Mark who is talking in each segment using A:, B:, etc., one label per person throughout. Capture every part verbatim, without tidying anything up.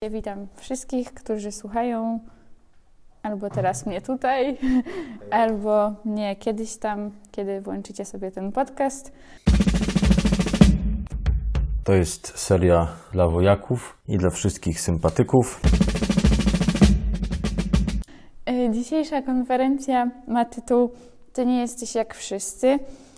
A: Witam wszystkich, którzy słuchają albo teraz mnie tutaj, albo mnie kiedyś tam, kiedy włączycie sobie ten podcast.
B: To jest seria dla wojaków i dla wszystkich sympatyków.
A: Dzisiejsza konferencja ma tytuł "Ty nie jesteś jak wszyscy".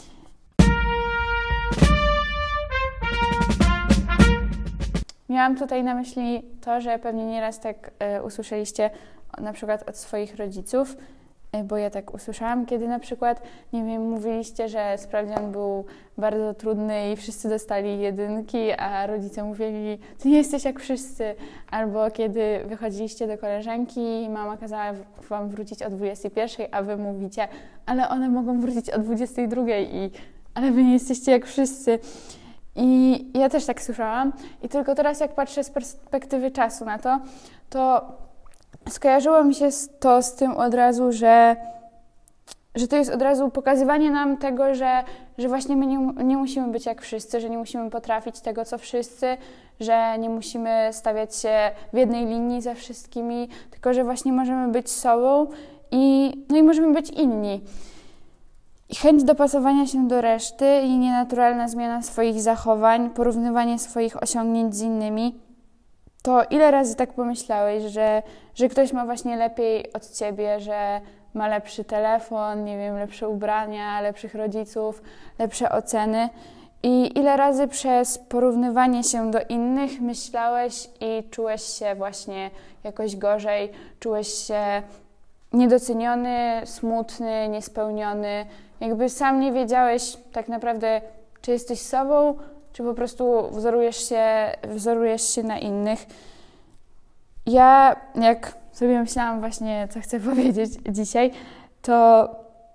A: Miałam tutaj na myśli to, że pewnie nieraz tak y, usłyszeliście na przykład od swoich rodziców, y, bo ja tak usłyszałam, kiedy na przykład, nie wiem, mówiliście, że sprawdzian był bardzo trudny i wszyscy dostali jedynki, a rodzice mówili, ty nie jesteś jak wszyscy. Albo kiedy wychodziliście do koleżanki i mama kazała wam wrócić o dwudziestej pierwszej, a wy mówicie, ale one mogą wrócić o dwudziestej drugiej i ale wy nie jesteście jak wszyscy. I ja też tak słyszałam i tylko teraz jak patrzę z perspektywy czasu na to, to skojarzyło mi się to z tym od razu, że, że to jest od razu pokazywanie nam tego, że, że właśnie my nie, nie musimy być jak wszyscy, że nie musimy potrafić tego, co wszyscy, że nie musimy stawiać się w jednej linii ze wszystkimi, tylko że właśnie możemy być sobą i, no i możemy być inni. I chęć dopasowania się do reszty i nienaturalna zmiana swoich zachowań, porównywanie swoich osiągnięć z innymi, to ile razy tak pomyślałeś, że, że ktoś ma właśnie lepiej od ciebie, że ma lepszy telefon, nie wiem, lepsze ubrania, lepszych rodziców, lepsze oceny i ile razy przez porównywanie się do innych myślałeś i czułeś się właśnie jakoś gorzej, czułeś się niedoceniony, smutny, niespełniony, jakby sam nie wiedziałeś tak naprawdę, czy jesteś sobą, czy po prostu wzorujesz się, wzorujesz się na innych. Ja, jak sobie myślałam właśnie, co chcę powiedzieć dzisiaj, to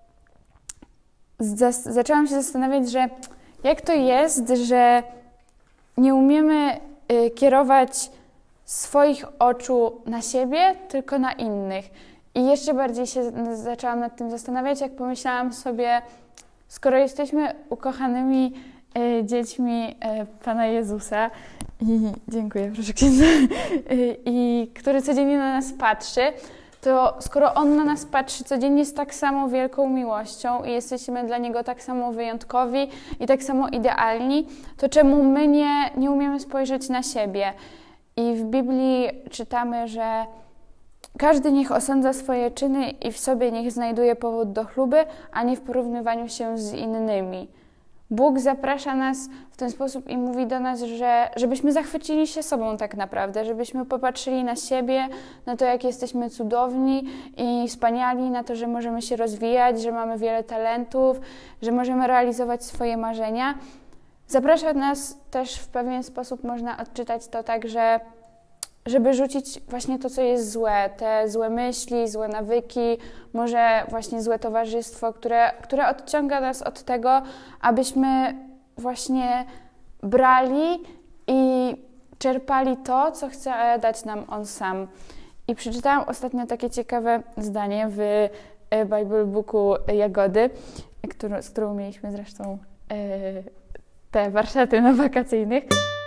A: zas- zaczęłam się zastanawiać, że jak to jest, że nie umiemy y, kierować swoich oczu na siebie, tylko na innych. I jeszcze bardziej się zaczęłam nad tym zastanawiać, jak pomyślałam sobie, skoro jesteśmy ukochanymi y, dziećmi y, Pana Jezusa, i dziękuję, proszę księdza, y, i który codziennie na nas patrzy, to skoro On na nas patrzy codziennie z tak samo wielką miłością i jesteśmy dla Niego tak samo wyjątkowi i tak samo idealni, to czemu my nie, nie umiemy spojrzeć na siebie? I w Biblii czytamy, że każdy niech osądza swoje czyny i w sobie niech znajduje powód do chluby, a nie w porównywaniu się z innymi. Bóg zaprasza nas w ten sposób i mówi do nas, że żebyśmy zachwycili się sobą tak naprawdę, żebyśmy popatrzyli na siebie, na to, jak jesteśmy cudowni i wspaniali, na to, że możemy się rozwijać, że mamy wiele talentów, że możemy realizować swoje marzenia. Zaprasza nas też w pewien sposób, można odczytać to tak, że żeby rzucić właśnie to, co jest złe, te złe myśli, złe nawyki, może właśnie złe towarzystwo, które, które odciąga nas od tego, abyśmy właśnie brali i czerpali to, co chce dać nam On sam. I przeczytałam ostatnio takie ciekawe zdanie w Bible Booku Jagody, którą, z którą mieliśmy zresztą te warsztaty na wakacyjnych.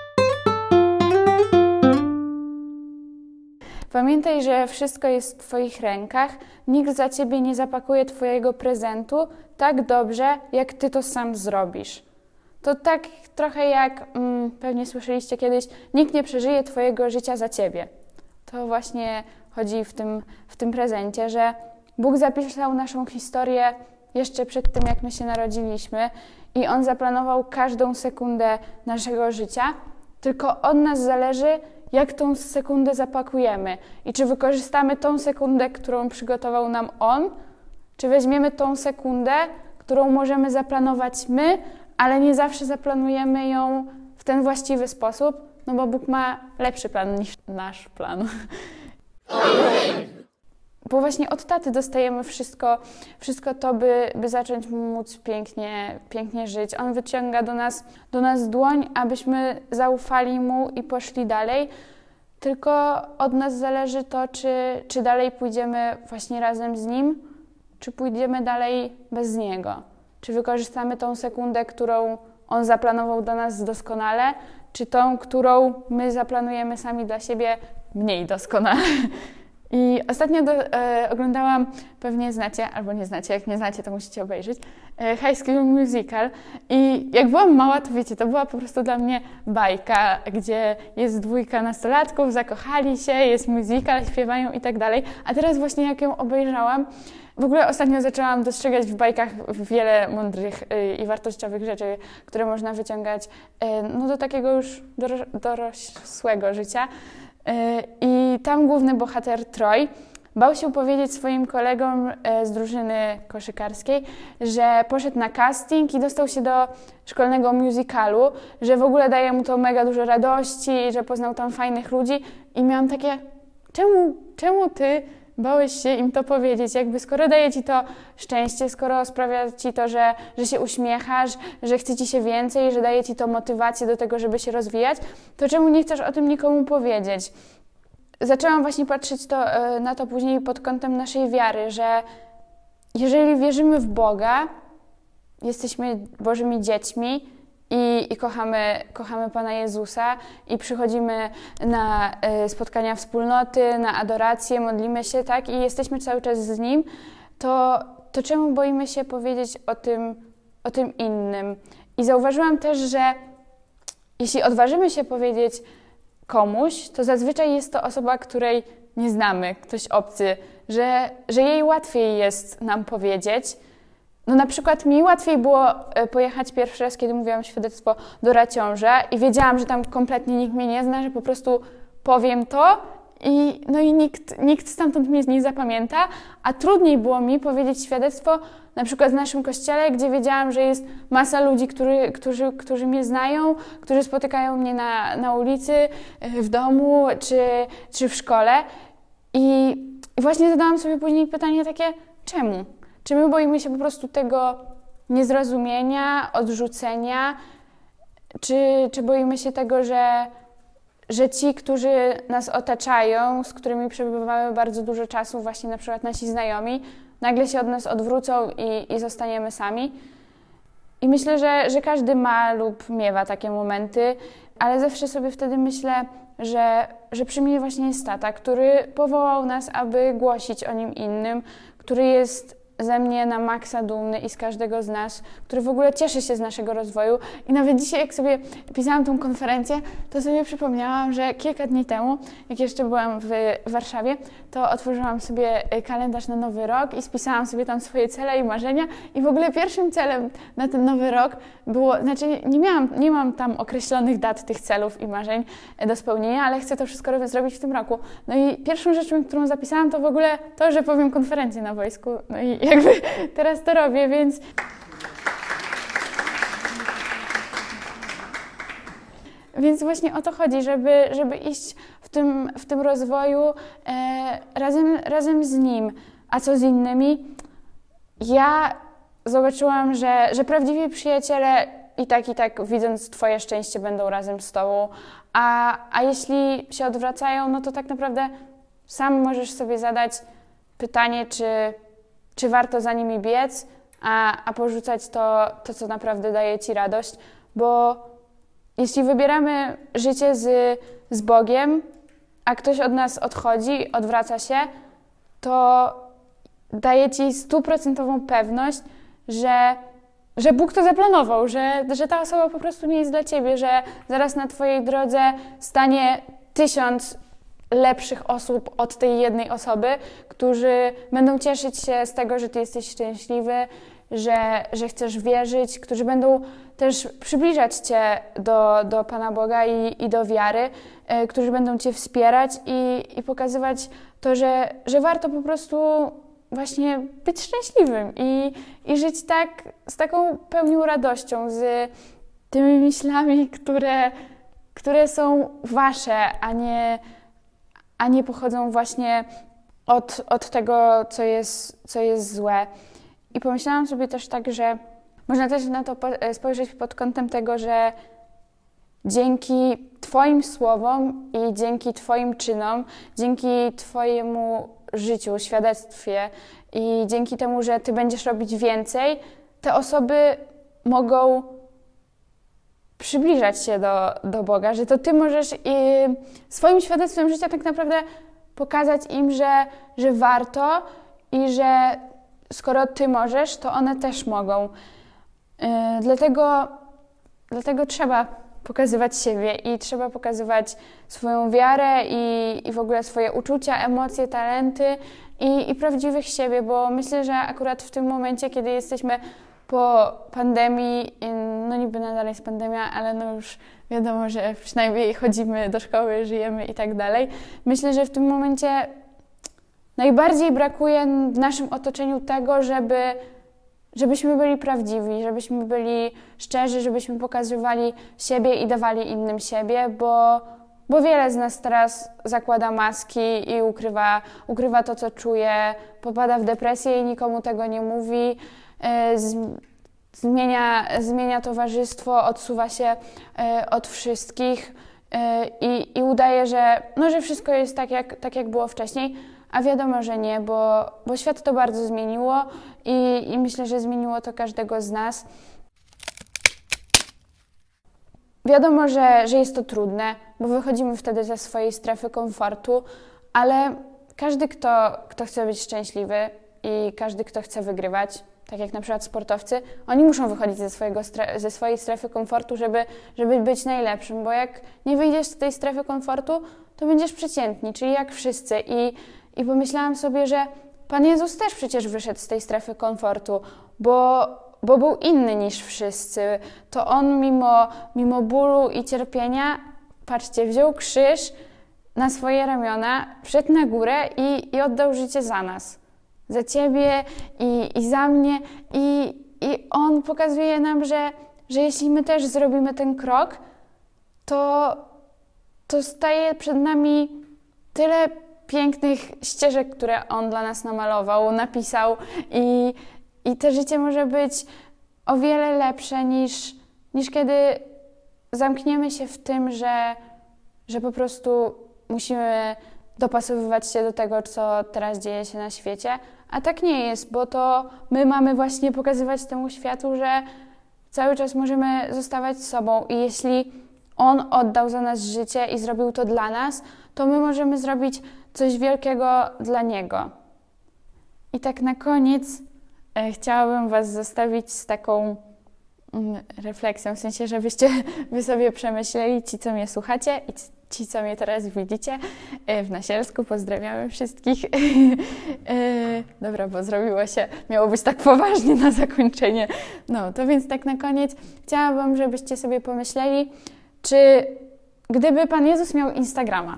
A: Pamiętaj, że wszystko jest w Twoich rękach, nikt za Ciebie nie zapakuje Twojego prezentu tak dobrze, jak Ty to sam zrobisz. To tak trochę jak, mm, pewnie słyszeliście kiedyś, nikt nie przeżyje Twojego życia za Ciebie. To właśnie chodzi w tym, w tym prezencie, że Bóg zapisał naszą historię jeszcze przed tym, jak my się narodziliśmy i On zaplanował każdą sekundę naszego życia, tylko od nas zależy, jak tą sekundę zapakujemy i czy wykorzystamy tą sekundę, którą przygotował nam On, czy weźmiemy tą sekundę, którą możemy zaplanować my, ale nie zawsze zaplanujemy ją w ten właściwy sposób, no bo Bóg ma lepszy plan niż nasz plan. Bo właśnie od taty dostajemy wszystko, wszystko to, by, by zacząć móc pięknie, pięknie żyć. On wyciąga do nas, do nas dłoń, abyśmy zaufali Mu i poszli dalej. Tylko od nas zależy to, czy, czy dalej pójdziemy właśnie razem z Nim, czy pójdziemy dalej bez Niego. Czy wykorzystamy tą sekundę, którą On zaplanował dla nas doskonale, czy tą, którą my zaplanujemy sami dla siebie mniej doskonale. I ostatnio do, e, oglądałam, pewnie znacie, albo nie znacie, jak nie znacie, to musicie obejrzeć, e, High School Musical. I jak byłam mała, to wiecie, to była po prostu dla mnie bajka, gdzie jest dwójka nastolatków, zakochali się, jest musical, śpiewają i tak dalej. A teraz właśnie jak ją obejrzałam, w ogóle ostatnio zaczęłam dostrzegać w bajkach wiele mądrych e, i wartościowych rzeczy, które można wyciągać e, no, do takiego już doro- dorosłego życia. I tam główny bohater Troy bał się powiedzieć swoim kolegom z drużyny koszykarskiej, że poszedł na casting i dostał się do szkolnego musicalu, że w ogóle daje mu to mega dużo radości, że poznał tam fajnych ludzi i miałam takie, czemu, czemu ty bałeś się im to powiedzieć? Jakby skoro daje ci to szczęście, skoro sprawia ci to, że, że się uśmiechasz, że chce ci się więcej, że daje ci to motywację do tego, żeby się rozwijać, to czemu nie chcesz o tym nikomu powiedzieć? Zaczęłam właśnie patrzeć to, na to później pod kątem naszej wiary, że jeżeli wierzymy w Boga, jesteśmy Bożymi dziećmi, I, i kochamy, kochamy Pana Jezusa i przychodzimy na y, spotkania wspólnoty, na adorację, modlimy się, tak? I jesteśmy cały czas z Nim, to, to czemu boimy się powiedzieć o tym, o tym innym? I zauważyłam też, że jeśli odważymy się powiedzieć komuś, to zazwyczaj jest to osoba, której nie znamy, ktoś obcy, że, że jej łatwiej jest nam powiedzieć. No na przykład mi łatwiej było pojechać pierwszy raz, kiedy mówiłam świadectwo do Raciąża i wiedziałam, że tam kompletnie nikt mnie nie zna, że po prostu powiem to i, no i nikt, nikt stamtąd mnie nie zapamięta, a trudniej było mi powiedzieć świadectwo na przykład w naszym kościele, gdzie wiedziałam, że jest masa ludzi, którzy, którzy, którzy mnie znają, którzy spotykają mnie na, na ulicy, w domu czy, czy w szkole i, i właśnie zadałam sobie później pytanie takie, czemu? Czy my boimy się po prostu tego niezrozumienia, odrzucenia, czy, czy boimy się tego, że, że ci, którzy nas otaczają, z którymi przebywamy bardzo dużo czasu, właśnie na przykład nasi znajomi, nagle się od nas odwrócą i, i zostaniemy sami? I myślę, że, że każdy ma lub miewa takie momenty, ale zawsze sobie wtedy myślę, że, że przy mnie właśnie jest tata, który powołał nas, aby głosić o nim innym, który jest ze mnie na maksa dumny i z każdego z nas, który w ogóle cieszy się z naszego rozwoju. I nawet dzisiaj, jak sobie pisałam tą konferencję, to sobie przypomniałam, że kilka dni temu, jak jeszcze byłam w Warszawie, to otworzyłam sobie kalendarz na nowy rok i spisałam sobie tam swoje cele i marzenia. I w ogóle pierwszym celem na ten nowy rok było, znaczy nie miałam, nie mam tam określonych dat tych celów i marzeń do spełnienia, ale chcę to wszystko zrobić w tym roku. No i pierwszą rzeczą, którą zapisałam, to w ogóle to, że powiem konferencję na wojsku. No i jakby teraz to robię, więc... Więc właśnie o to chodzi, żeby, żeby iść w tym, w tym rozwoju e, razem, razem z Nim. A co z innymi? Ja zobaczyłam, że, że prawdziwi przyjaciele i tak, i tak widząc Twoje szczęście będą razem z Tobą, a, a jeśli się odwracają, no to tak naprawdę sam możesz sobie zadać pytanie, czy czy warto za nimi biec, a, a porzucać to, to, co naprawdę daje Ci radość, bo jeśli wybieramy życie z, z Bogiem, a ktoś od nas odchodzi, odwraca się, to daje Ci stuprocentową pewność, że, że Bóg to zaplanował, że, że ta osoba po prostu nie jest dla Ciebie, że zaraz na Twojej drodze stanie tysiąc lepszych osób od tej jednej osoby, którzy będą cieszyć się z tego, że Ty jesteś szczęśliwy, że, że chcesz wierzyć, którzy będą też przybliżać Cię do, do Pana Boga i, i do wiary, y, którzy będą Cię wspierać i, i pokazywać to, że, że warto po prostu właśnie być szczęśliwym i, i żyć tak z taką pełnią radością, z tymi myślami, które, które są Wasze, a nie a nie pochodzą właśnie od, od tego, co jest, co jest złe. I pomyślałam sobie też tak, że można też na to spojrzeć pod kątem tego, że dzięki Twoim słowom i dzięki Twoim czynom, dzięki Twojemu życiu, świadectwie i dzięki temu, że Ty będziesz robić więcej, te osoby mogą przybliżać się do, do Boga, że to Ty możesz i swoim świadectwem życia tak naprawdę pokazać im, że, że warto i że skoro Ty możesz, to one też mogą. Yy, dlatego, dlatego trzeba pokazywać siebie i trzeba pokazywać swoją wiarę i, i w ogóle swoje uczucia, emocje, talenty i, i prawdziwych siebie, bo myślę, że akurat w tym momencie, kiedy jesteśmy po pandemii, no niby nadal jest pandemia, ale no już wiadomo, że przynajmniej chodzimy do szkoły, żyjemy i tak dalej. Myślę, że w tym momencie najbardziej brakuje w naszym otoczeniu tego, żeby, żebyśmy byli prawdziwi, żebyśmy byli szczerzy, żebyśmy pokazywali siebie i dawali innym siebie, bo, bo wiele z nas teraz zakłada maski i ukrywa, ukrywa to, co czuje, popada w depresję i nikomu tego nie mówi. Zmienia, zmienia towarzystwo, odsuwa się od wszystkich i, i udaje, że, no, że wszystko jest tak jak, tak, jak było wcześniej, a wiadomo, że nie, bo, bo świat to bardzo zmieniło i, i myślę, że zmieniło to każdego z nas. Wiadomo, że, że jest to trudne, bo wychodzimy wtedy ze swojej strefy komfortu, ale każdy, kto, kto chce być szczęśliwy i każdy, kto chce wygrywać, tak jak na przykład sportowcy, oni muszą wychodzić ze, swojego ze swojej strefy komfortu, żeby, żeby być najlepszym, bo jak nie wyjdziesz z tej strefy komfortu, to będziesz przeciętni, czyli jak wszyscy. I, i pomyślałam sobie, że Pan Jezus też przecież wyszedł z tej strefy komfortu, bo, bo był inny niż wszyscy. To On mimo, mimo bólu i cierpienia, patrzcie, wziął krzyż na swoje ramiona, wszedł na górę i, i oddał życie za nas. Za Ciebie i, i za mnie i, i On pokazuje nam, że, że jeśli my też zrobimy ten krok, to, to staje przed nami tyle pięknych ścieżek, które On dla nas namalował, napisał i, i to życie może być o wiele lepsze niż, niż kiedy zamkniemy się w tym, że, że po prostu musimy dopasowywać się do tego, co teraz dzieje się na świecie, a tak nie jest, bo to my mamy właśnie pokazywać temu światu, że cały czas możemy zostawać sobą i jeśli On oddał za nas życie i zrobił to dla nas, to my możemy zrobić coś wielkiego dla Niego. I tak na koniec e, chciałabym Was zostawić z taką mm, refleksją, w sensie, żebyście Wy sobie przemyśleli, ci, co mnie słuchacie i ci, co mnie teraz widzicie w Nasielsku. Pozdrawiamy wszystkich. Dobra, bo zrobiło się, miało być tak poważnie na zakończenie. No, to więc tak na koniec chciałabym, żebyście sobie pomyśleli, czy gdyby Pan Jezus miał Instagrama,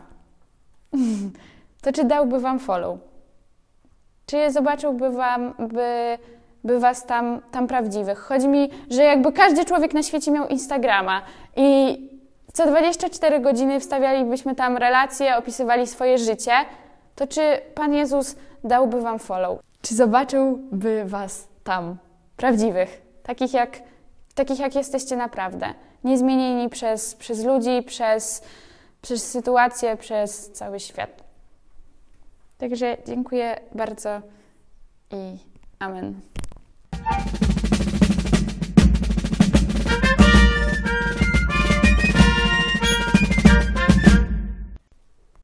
A: to czy dałby Wam follow? Czy zobaczyłby Wam, by, by Was tam, tam prawdziwych? Chodzi mi, że jakby każdy człowiek na świecie miał Instagrama i co dwadzieścia cztery godziny wstawialibyśmy tam relacje, opisywali swoje życie, to czy Pan Jezus dałby Wam follow? Czy zobaczyłby Was tam, prawdziwych, takich jak, takich jak jesteście naprawdę, niezmienieni przez, przez ludzi, przez, przez sytuację, przez cały świat. Także dziękuję bardzo i amen.